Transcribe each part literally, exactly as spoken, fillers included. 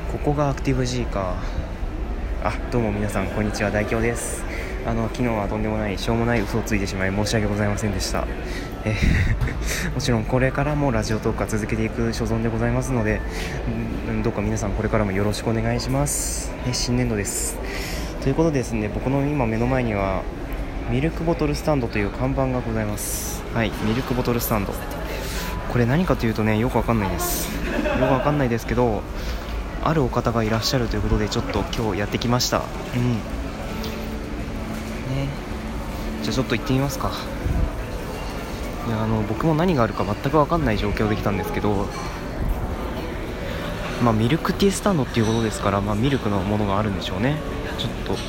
ここがアクティブ G か。あ、どうも皆さんこんにちは、大京です。あの昨日はとんでもないしょうもない嘘をついてしまい申し訳ございませんでした。えー、もちろんこれからもラジオトークは続けていく所存でございますので、んどうか皆さんこれからもよろしくお願いします。え新年度です。ということでですね、僕の今目の前にはミルクボトルスタンドという看板がございます。はい、ミルクボトルスタンド、これ何かというとね、よくわかんないですよくわかんないですけど、あるお方がいらっしゃるということでちょっと今日やってきました。うんね、じゃあちょっと行ってみますか。いやあの僕も何があるか全く分かんない状況できたんですけど、まあミルクティースタンドっていうことですから、まあミルクのものがあるんでしょうね。ちょっと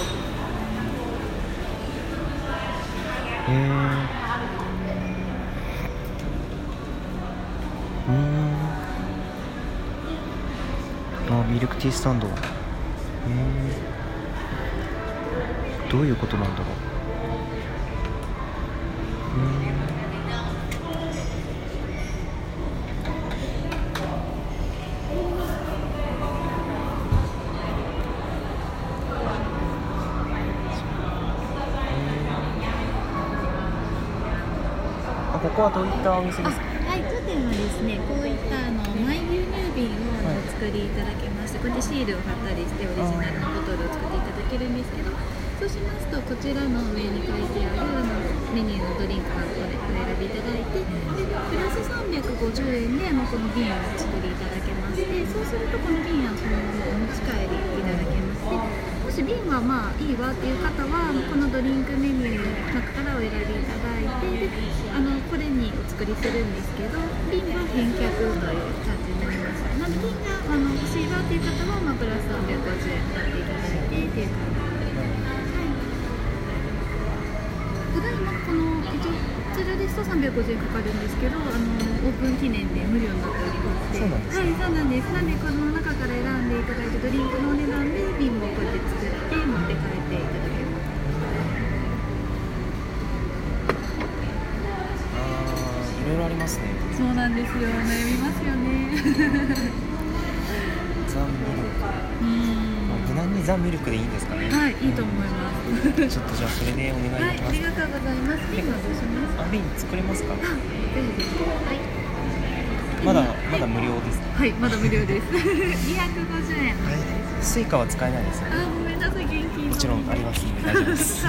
えーうーんあミルクティースタンド、えーどういうことなんだろう。うーんあ、ここはどういったお店ですか？ はい、当店はですね、こういったあのマイ牛乳瓶をあのお作りいただけまして、こうやってシールを貼ったりしてオリジナルのボトルを作っていただけるんですけど、そうしますとこちらの上に書いてあるあのメニューのドリンクをお選びいただいて、でプラスさんびゃくごじゅうえんであのこの瓶をお作りいただけまして、そうするとこの瓶はそのままお持ち帰りいただけまして、もし瓶はまあいいわっていう方はこのドリンクメニューの中からお選びいただいて、であのこれにお作りするんですけど、瓶は返却という感じになります。なので瓶があの欲しいわっていう方は、まあ、プラスさんびゃくごじゅうえん払っていただいてっていう感じで、ただいまこの一応こちらですとさんびゃくごじゅうえんかかるんですけど、あのオープン記念で無料になっておりまして、 そうなんですね。 はい、そうなんです。なんでこの中から選んでいただいてドリンクのお値段で瓶もこうやって作って持って帰っていただけます。 あー、いろいろありますね。 そうなんですよ、悩みますよね。 ザ・ミルク、 うんまあ無難にザ・ミルクでいいんですかね。 はい、いいと思います。 うんちょっとじゃあそれでお願いではい、 きますか。 ありがとうございます。瓶はどうしますか？ あ、瓶作れますか？ あ、ぜひぜひ。はい。 まだまだ無料ですか？ はい、まだ無料です。にひゃくごじゅうえん。 はい、スイカは使えないですよね。 あ、ごめんなさい、現金。 もちろんありますので大丈夫です。 はい。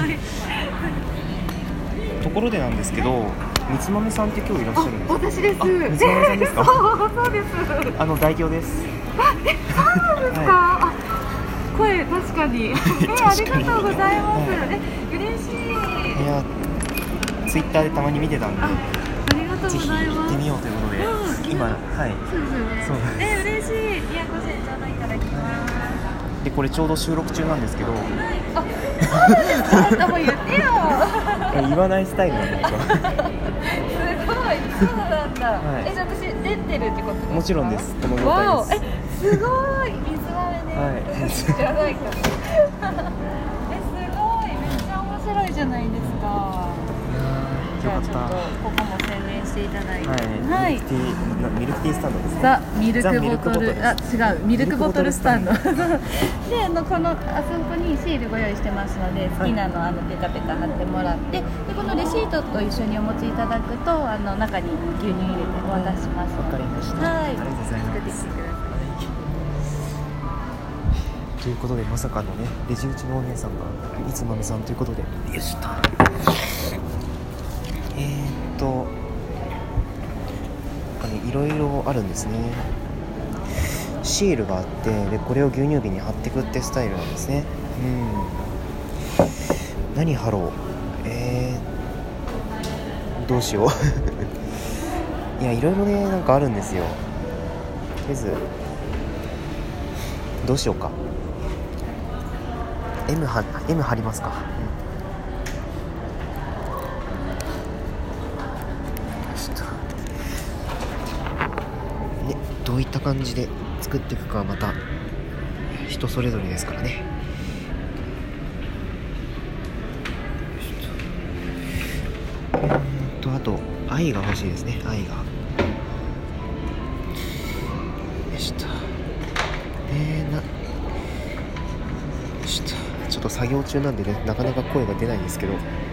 ところでなんですけど、みつまめさんって今日いらっしゃるんですか？ 私です。 あ、みつまめさんですか？ そう、そうです。 あの代表です。 そうなんですか？ はあ、声確かに。え、ありがとうございます。 はいえ、嬉しい。 いや、ツイッターでたまに見てたんで、 あ、ありがとうごぜひざいます。 行ってみようということで、 うん今、はい。 そうですよね。 そうなんです。 え、嬉しい。にひゃくごじゅうえんちょうどいただきます。 でこれちょうど収録中なんですけど、 あ、そうなんですか？あ、もう言ってよ。 え言わないスタイルなんで僕は。 すごい、そうなんだ。 はいえ、じゃあ私出てるってことですか？ もちろんです。この状わお、え、 態です。 すごい、水豆ね。 はい知らないか。え、すごい、めっちゃ面白いじゃないですか。じゃあちょっとここも宣伝していただいて。 はい、ミルクティー、なミルクティースタンドですね。 ザ・ミルザクミルクボトルボトル、あ、違う、ミルクボトルスタンド。で、あのこのあそこにシールご用意してますので、好きなのあのペタペタ貼ってもらって、でこのレシートと一緒にお持ちいただくと、あの中に牛乳入れてお渡ししますわので。 かりました。 はい、 ありがとうございます。 作ってきてください。 ということで、まさかのね、レジ打ちのお姉さんがいつまめさんということで、よいしょと。えーっとなんかね、いろいろあるんですね。シールがあって、でこれを牛乳瓶に貼っていくってスタイルなんですね。うん、何貼ろう。えー、どうしよう。いや、いろいろね、なんかあるんですよ。とりあえずどうしようか。 M は M 貼りますか。ね、どういった感じで作っていくかはまた人それぞれですからね。うーんとあと愛が欲しいですね。愛がよいしょと。 えー、なちょっとちょっと作業中なんでね、なかなか声が出ないんですけど、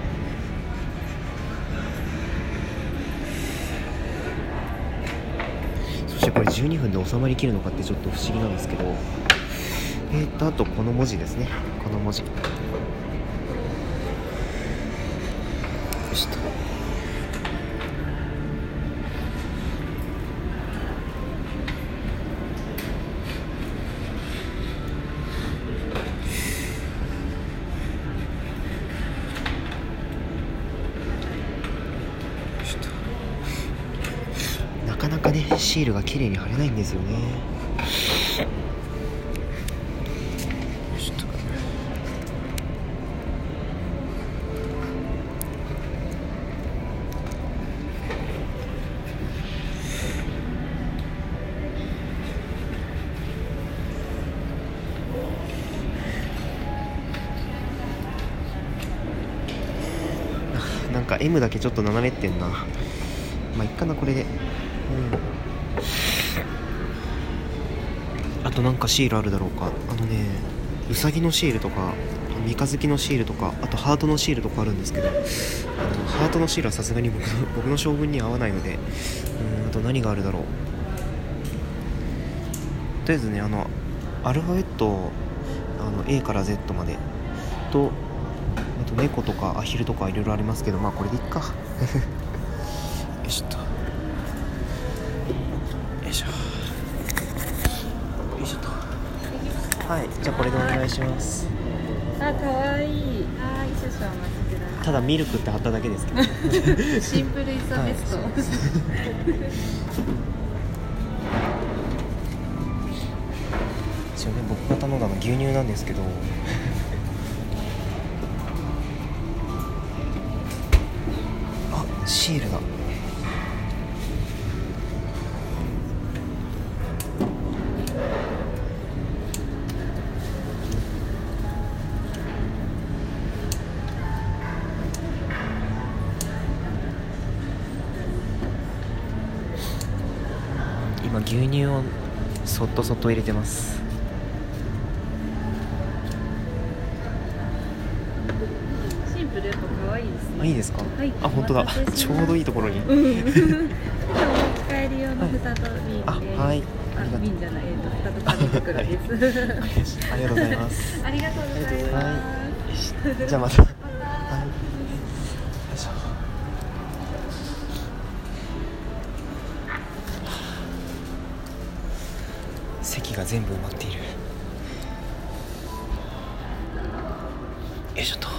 そしてこれじゅうにふんで収まりきるのかってちょっと不思議なんですけど、えーとあとこの文字ですね、この文字、よしと。なかなかねシールが綺麗に貼れないんですよね。ちょっとなんか エム だけちょっと斜めってんな。まあいっかなこれで。うん、あとなんかシールあるだろうか。あのね、うさぎのシールとか三日月のシールとか、あとハートのシールとかあるんですけど、あのハートのシールはさすがに僕の、僕の性分に合わないので、うん、あと何があるだろう。とりあえずね、あのアルファベットあの A から Z までと、あと猫とかアヒルとかいろいろありますけど、まあこれでいっか。よいしょと、よいしょよいしょと。はい、じゃあこれでお願いします。 あ、かわいい。あー、少々お待ちください。 ただミルクって貼っただけですけど。 シンプルイズザベスト。 はい、一応ね、僕が頼んだの牛乳なんですけど、あ、シールだ。今牛乳をそっとそっと入れてます。 シンプルやっぱ可愛いですね。 あ、いいですか。 はい、 あ、本当だ。ちょうどいいところに。 うん。お持ち帰り用の蓋と瓶で。 あ、はい。 あ、瓶じゃない、えっと蓋と紙袋です。 ありがとうございます。 ありがとうございます。 はい。じゃあまた。はい。よいしょ。席が全部埋まっている。よいしょと。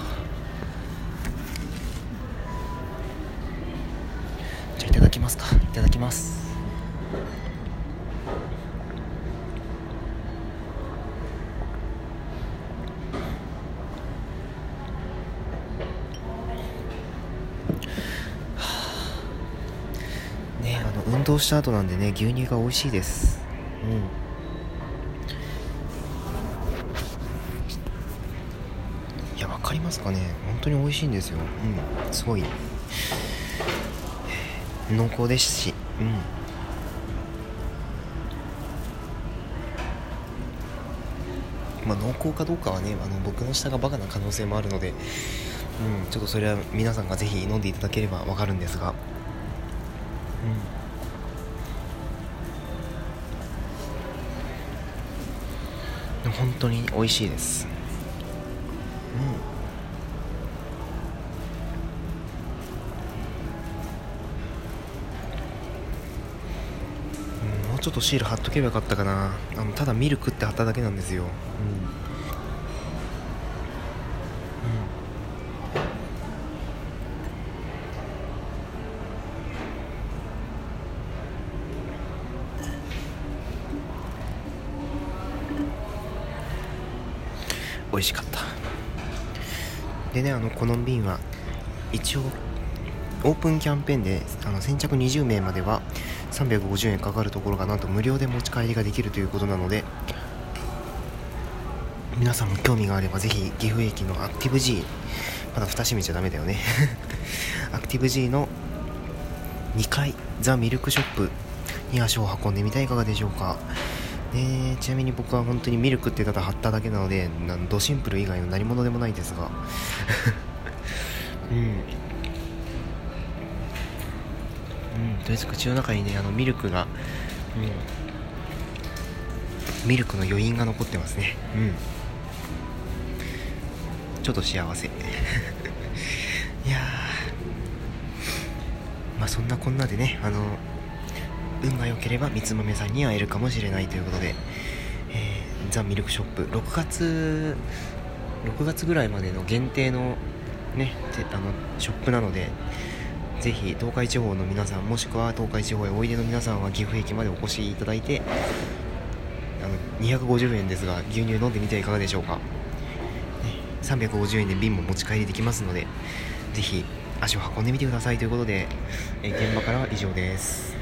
じゃあいただきますか。いただきます。ね、あの運動した後なんでね、牛乳が美味しいです。うん。いや、わかりますかね。本当に美味しいんですよ。うん、すごい濃厚ですし、うん。まあ濃厚かどうかはね、あの僕の舌がバカな可能性もあるので、うん、ちょっとそれは皆さんがぜひ飲んでいただければわかるんですが、うん、本当に美味しいです。うん、もうちょっとシール貼っとけばよかったかな。あのただミルクって貼っただけなんですよ。うん、美味しかった。でね、あのこの瓶は一応オープンキャンペーンであの先着にじゅうめいまではさんびゃくごじゅうえんかかるところがなんと無料で持ち帰りができるということなので、皆さんも興味があればぜひ岐阜駅のアクティブ G、 まだ蓋閉めちゃダメだよねアクティブ G のにかいザ・ミルクショップに足を運んでみてはいかがでしょうか。 えー、ちなみに僕は本当にミルクってただ貼っただけなので、なんドシンプル以外の何物でもないですがうん、うん、とりあえず口の中にねあのミルクが、うん、ミルクの余韻が残ってますね。うん、ちょっと幸せいやー、まあそんなこんなでね、あの運が良ければみつ豆さんに会えるかもしれないということで、えー、ザ・ミルクショップろくがつろくがつぐらいまでの限定のねあのショップなので、ぜひ東海地方の皆さん、もしくは東海地方へおいでの皆さんは岐阜駅までお越しいただいて、あのにひゃくごじゅうえんですが牛乳飲んでみてはいかがでしょうか、ね、さんびゃくごじゅうえんで瓶も持ち帰りできますので、ぜひ足を運んでみてくださいということで、えー、現場からは以上です。